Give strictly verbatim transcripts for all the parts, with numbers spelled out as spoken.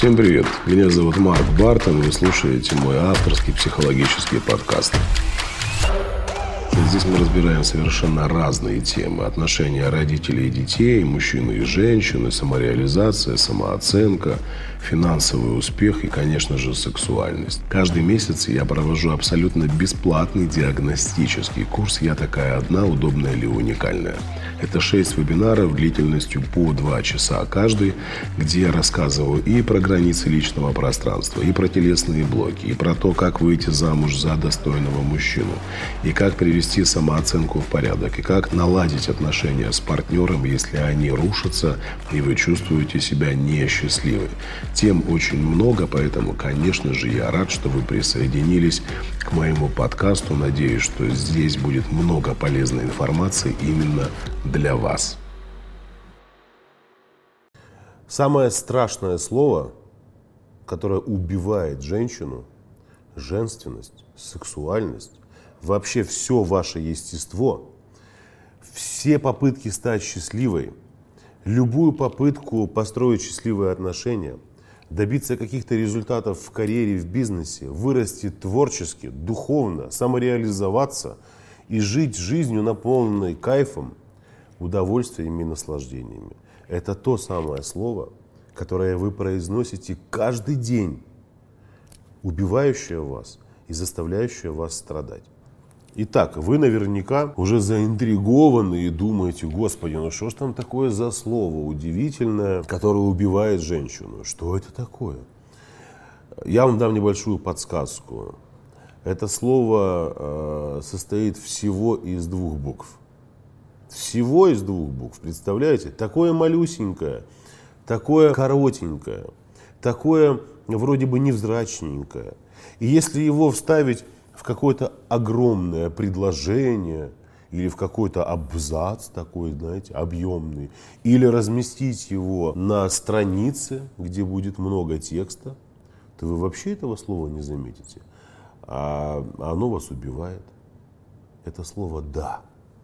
Всем привет, меня зовут Марк Бартон, вы слушаете мой авторский психологический подкаст. Здесь мы разбираем совершенно разные темы: отношения родителей и детей, мужчины и женщины, самореализация, самооценка, финансовый успех и, конечно же, сексуальность. Каждый месяц я провожу абсолютно бесплатный диагностический курс «Я такая одна, удобная или уникальная». Это шесть вебинаров длительностью по два часа каждый, где я рассказываю и про границы личного пространства, и про телесные блоки, и про то, как выйти замуж за достойного мужчину, и как привести самооценку в порядок, и как наладить отношения с партнером, если они рушатся, и вы чувствуете себя несчастливой. Тем очень много, поэтому, конечно же, я рад, что вы присоединились к моему подкасту. Надеюсь, что здесь будет много полезной информации именно для вас. Самое страшное слово, которое убивает женщину, женственность, сексуальность, вообще все ваше естество, все попытки стать счастливой, любую попытку построить счастливые отношения, добиться каких-то результатов в карьере, в бизнесе, вырасти творчески, духовно, самореализоваться и жить жизнью, наполненной кайфом, удовольствиями и наслаждениями. Это то самое слово, которое вы произносите каждый день, убивающее вас и заставляющее вас страдать. Итак, вы наверняка уже заинтригованы и думаете: Господи, ну что ж там такое за слово удивительное, которое убивает женщину? Что это такое? Я вам дам небольшую подсказку. Это слово э, состоит всего из двух букв. Всего из двух букв, представляете? Такое малюсенькое, такое коротенькое, такое вроде бы невзрачненькое. И если его вставить в какое-то огромное предложение или в какой-то абзац такой, знаете, объемный, или разместить его на странице, где будет много текста, то вы вообще этого слова не заметите. А оно вас убивает. Это слово «да».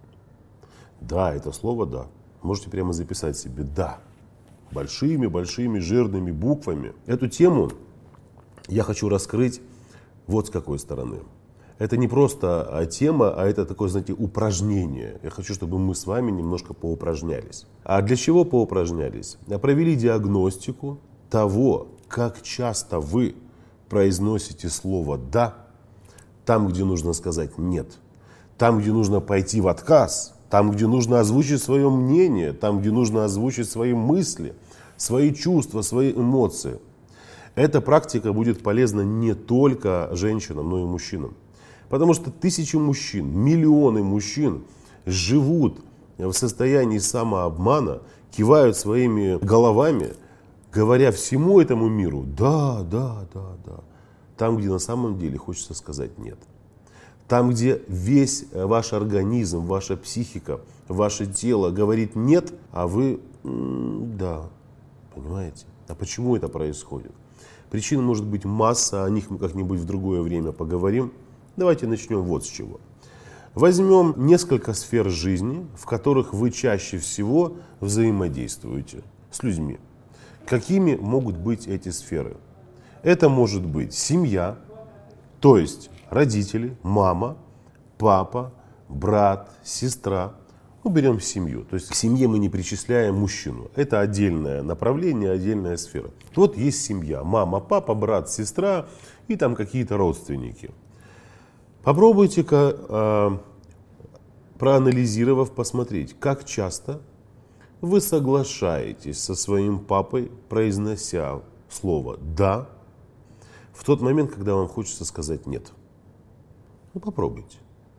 Да, это слово «да». Можете прямо записать себе «да». Большими-большими жирными буквами. Эту тему я хочу раскрыть вот с какой стороны. Это не просто тема, а это такое, знаете, упражнение. Я хочу, чтобы мы с вами немножко поупражнялись. А для чего поупражнялись? Провели диагностику того, как часто вы произносите слово «да» там, где нужно сказать «нет», там, где нужно пойти в отказ, там, где нужно озвучить свое мнение, там, где нужно озвучить свои мысли, свои чувства, свои эмоции. Эта практика будет полезна не только женщинам, но и мужчинам. Потому что тысячи мужчин, миллионы мужчин живут в состоянии самообмана, кивают своими головами, говоря всему этому миру «да, да, да, да», там, где на самом деле хочется сказать «нет». Там, где весь ваш организм, ваша психика, ваше тело говорит «нет», а вы «да». Понимаете? А почему это происходит? Причин может быть масса, о них мы как-нибудь в другое время поговорим. Давайте начнем вот с чего. Возьмем несколько сфер жизни, в которых вы чаще всего взаимодействуете с людьми. Какими могут быть эти сферы? Это может быть семья, то есть родители, мама, папа, брат, сестра. Ну, берем семью. То есть к семье мы не причисляем мужчину. Это отдельное направление, отдельная сфера. Вот есть семья. Мама, папа, брат, сестра и там какие-то родственники. Попробуйте-ка, э, проанализировав, посмотреть, как часто вы соглашаетесь со своим папой, произнося слово «да», в тот момент, когда вам хочется сказать «нет». Ну, попробуйте.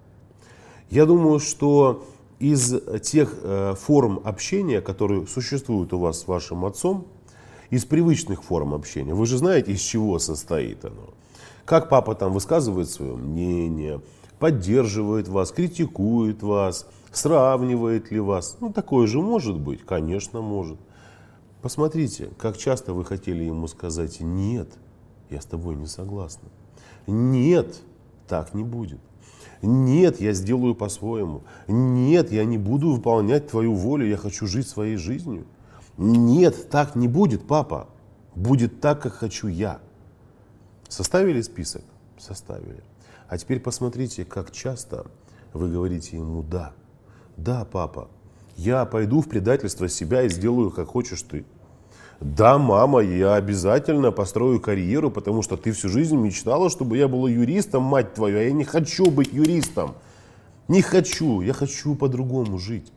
Я думаю, что из тех э, форм общения, которые существуют у вас с вашим отцом, из привычных форм общения, вы же знаете, из чего состоит оно. Как папа там высказывает свое мнение, поддерживает вас, критикует вас, сравнивает ли вас. Ну, такое же может быть, конечно, может. Посмотрите, как часто вы хотели ему сказать «нет, я с тобой не согласна». «Нет, так не будет». «Нет, я сделаю по-своему». «Нет, я не буду выполнять твою волю, я хочу жить своей жизнью». «Нет, так не будет, папа». Будет так, как хочу я. Составили список? Составили. А теперь посмотрите, как часто вы говорите ему «да». Да, папа, я пойду в предательство себя и сделаю, как хочешь ты. Да, мама, я обязательно построю карьеру, потому что ты всю жизнь мечтала, чтобы я была юристом, мать твою, а я не хочу быть юристом. Не хочу, я хочу по-другому жить.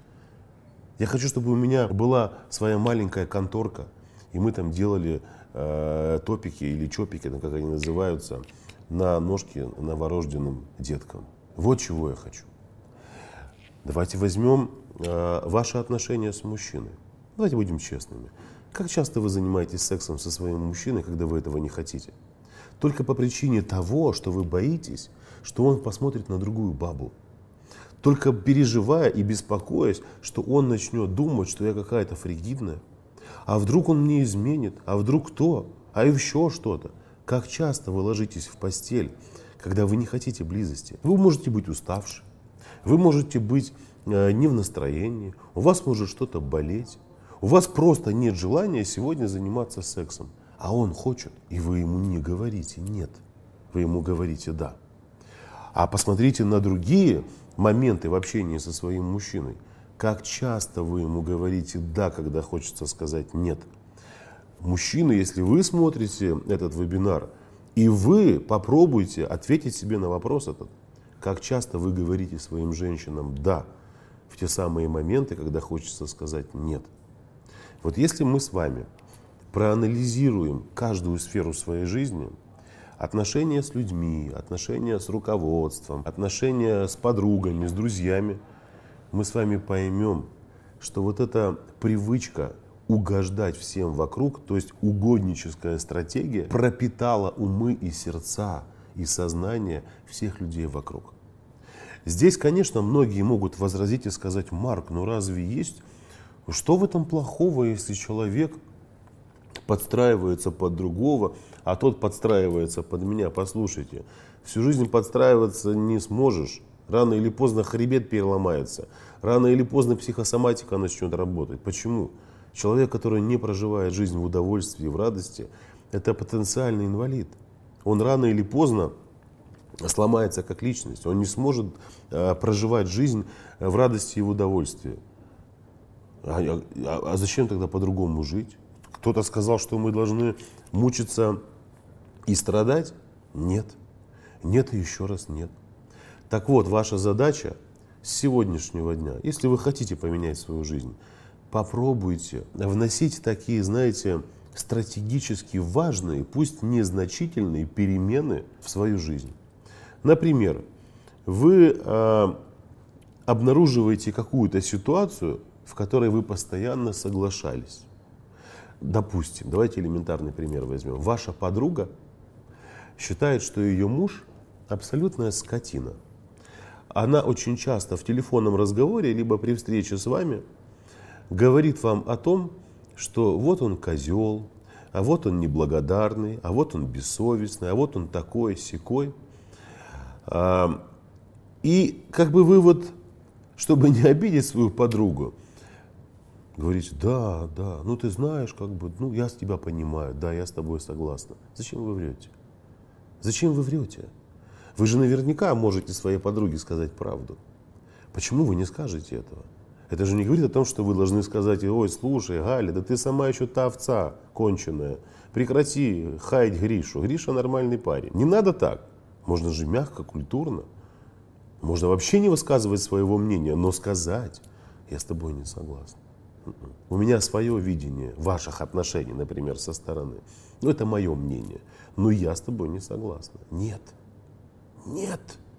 Я хочу, чтобы у меня была своя маленькая конторка, и мы там делали э, топики или чопики, как они называются, на ножки новорожденным деткам. Вот чего я хочу. Давайте возьмем э, ваши отношения с мужчиной. Давайте будем честными. Как часто вы занимаетесь сексом со своим мужчиной, когда вы этого не хотите? Только по причине того, что вы боитесь, что он посмотрит на другую бабу. Только переживая и беспокоясь, что он начнет думать, что я какая-то фригидная. А вдруг он мне изменит? А вдруг кто? А еще что-то. Как часто вы ложитесь в постель, когда вы не хотите близости? Вы можете быть уставши. Вы можете быть э, не в настроении. У вас может что-то болеть. У вас просто нет желания сегодня заниматься сексом. А он хочет. И вы ему не говорите «нет». Вы ему говорите «да». А посмотрите на другие моменты в общении со своим мужчиной. Как часто вы ему говорите «да», когда хочется сказать «нет». Мужчины, если вы смотрите этот вебинар, и вы попробуйте ответить себе на вопрос этот, как часто вы говорите своим женщинам «да» в те самые моменты, когда хочется сказать «нет». Вот если мы с вами проанализируем каждую сферу своей жизни, отношения с людьми, отношения с руководством, отношения с подругами, с друзьями, мы с вами поймем, что вот эта привычка угождать всем вокруг, то есть угодническая стратегия, пропитала умы и сердца и сознание всех людей вокруг. Здесь, конечно, многие могут возразить и сказать: Марк, ну разве есть, что в этом плохого, если человек подстраивается под другого, а тот подстраивается под меня? Послушайте, всю жизнь подстраиваться не сможешь. Рано или поздно хребет переломается. Рано или поздно психосоматика начнет работать. Почему? Человек, который не проживает жизнь в удовольствии, в радости, это потенциальный инвалид. Он рано или поздно сломается как личность. Он не сможет э, проживать жизнь в радости и в удовольствии. А, а, а зачем тогда по-другому жить? Кто-то сказал, что мы должны мучиться и страдать? Нет. Нет и еще раз нет. Так вот, ваша задача с сегодняшнего дня, если вы хотите поменять свою жизнь, попробуйте вносить такие, знаете, стратегически важные, пусть незначительные перемены в свою жизнь. Например, вы э, обнаруживаете какую-то ситуацию, в которой вы постоянно соглашались. Допустим, давайте элементарный пример возьмем. Ваша подруга считает, что ее муж абсолютная скотина. Она очень часто в телефонном разговоре, либо при встрече с вами, говорит вам о том, что вот он козел, а вот он неблагодарный, а вот он бессовестный, а вот он такой, сякой. И как бы вы вот, чтобы не обидеть свою подругу, говорите: да, да, ну ты знаешь, как бы, ну я тебя понимаю, да, я с тобой согласна. Зачем вы врете? Зачем вы врете? Вы же наверняка можете своей подруге сказать правду. Почему вы не скажете этого? Это же не говорит о том, что вы должны сказать: ой, слушай, Галя, да ты сама еще та овца конченая. Прекрати хаять Гришу. Гриша нормальный парень. Не надо так. Можно же мягко, культурно. Можно вообще не высказывать своего мнения, но сказать: я с тобой не согласна. У меня свое видение ваших отношений, например, со стороны. Ну, это мое мнение. Но я с тобой не согласна. Нет. Нет.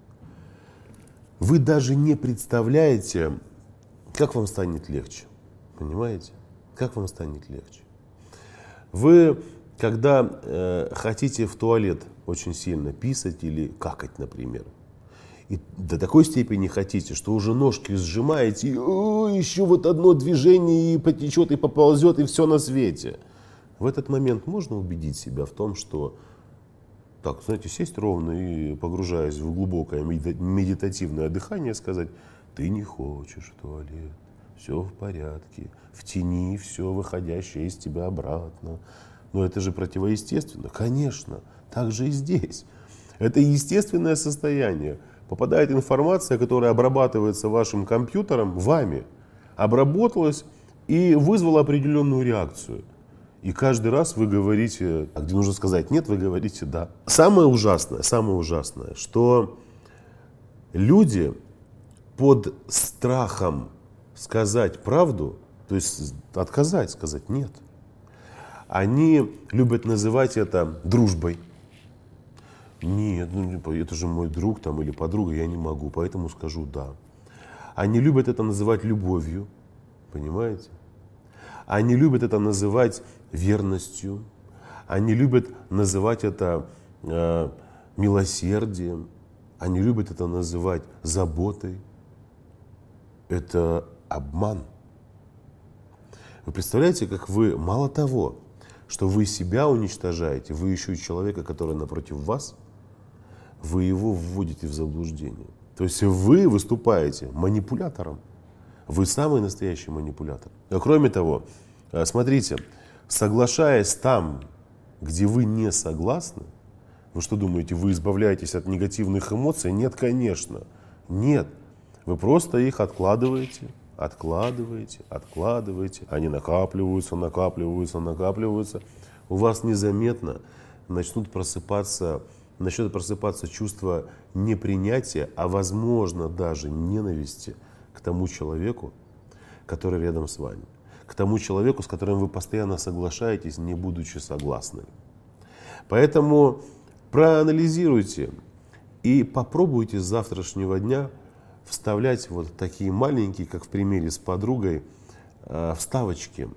Вы даже не представляете, как вам станет легче. Понимаете? Как вам станет легче. Вы, когда э, хотите в туалет очень сильно писать или какать, например, и до такой степени хотите, что уже ножки сжимаете, и о, еще вот одно движение, и потечет, и поползет, и все на свете. В этот момент можно убедить себя в том, что, так, знаете, сесть ровно и, погружаясь в глубокое медитативное дыхание, сказать: ты не хочешь в туалет, все в порядке, втяни все выходящее из тебя обратно. Но это же противоестественно. Конечно, так же и здесь. Это естественное состояние. Попадает информация, которая обрабатывается вашим компьютером, вами, обработалась и вызвала определенную реакцию. И каждый раз вы говорите, а где нужно сказать нет, вы говорите да. Самое ужасное, самое ужасное, что люди под страхом сказать правду, то есть отказать, сказать нет, они любят называть это дружбой. Нет, ну, это же мой друг там, или подруга, я не могу, поэтому скажу да. Они любят это называть любовью, понимаете? Они любят это называть верностью, они любят называть это э, милосердием, они любят это называть заботой. Это обман. Вы представляете, как вы, мало того, что вы себя уничтожаете, вы еще и человека, который напротив вас, вы его вводите в заблуждение. То есть вы выступаете манипулятором. Вы самый настоящий манипулятор. А кроме того, смотрите, соглашаясь там, где вы не согласны, вы что думаете, вы избавляетесь от негативных эмоций? Нет, конечно. Нет. Вы просто их откладываете, откладываете, откладываете. Они накапливаются, накапливаются, накапливаются. У вас незаметно начнут просыпаться, начнет просыпаться чувство непринятия, а возможно даже ненависти к тому человеку, который рядом с вами. К тому человеку, с которым вы постоянно соглашаетесь, не будучи согласны. Поэтому проанализируйте и попробуйте с завтрашнего дня вставлять вот такие маленькие, как в примере с подругой, вставочки,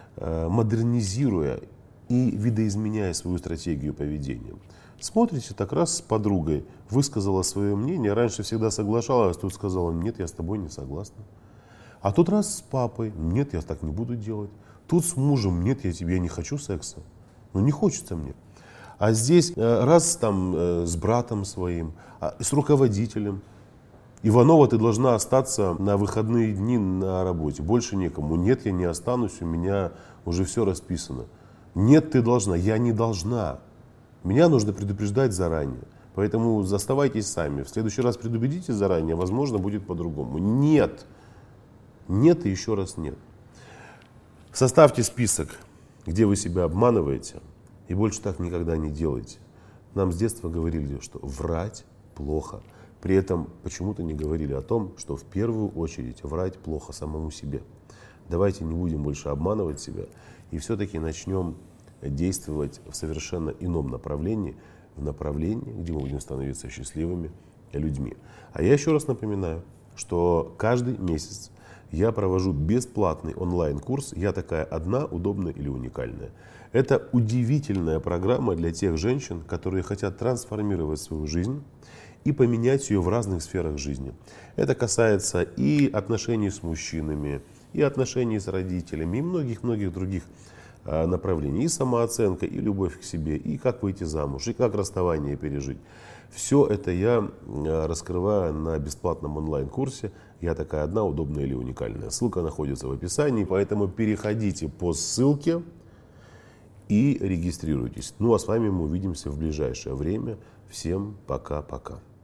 модернизируя и видоизменяя свою стратегию поведения. Смотрите, так раз с подругой высказала свое мнение, раньше всегда соглашалась, тут сказала, нет, я с тобой не согласна. А тут раз с папой, нет, я так не буду делать. Тут с мужем, нет, я тебе не хочу секса. Ну не хочется мне. А здесь раз там с братом своим, с руководителем. Иванова, ты должна остаться на выходные дни на работе. Больше некому. Нет, я не останусь, у меня уже все расписано. Нет, ты должна. Я не должна. Меня нужно предупреждать заранее. Поэтому оставайтесь сами. В следующий раз предупредите заранее, возможно, будет по-другому. Нет. Нет и еще раз нет. Составьте список, где вы себя обманываете, и больше так никогда не делайте. Нам с детства говорили, что врать плохо. При этом почему-то не говорили о том, что в первую очередь врать плохо самому себе. Давайте не будем больше обманывать себя и все-таки начнем действовать в совершенно ином направлении, в направлении, где мы будем становиться счастливыми людьми. А я еще раз напоминаю, что каждый месяц я провожу бесплатный онлайн-курс «Я такая одна, удобная или уникальная». Это удивительная программа для тех женщин, которые хотят трансформировать свою жизнь и поменять ее в разных сферах жизни. Это касается и отношений с мужчинами, и отношений с родителями, и многих-многих других направлений. И самооценка, и любовь к себе, и как выйти замуж, и как расставание пережить. Все это я раскрываю на бесплатном онлайн-курсе «Я такая одна, удобная или уникальная». Ссылка находится в описании, поэтому переходите по ссылке и регистрируйтесь. Ну а с вами мы увидимся в ближайшее время. Всем пока-пока.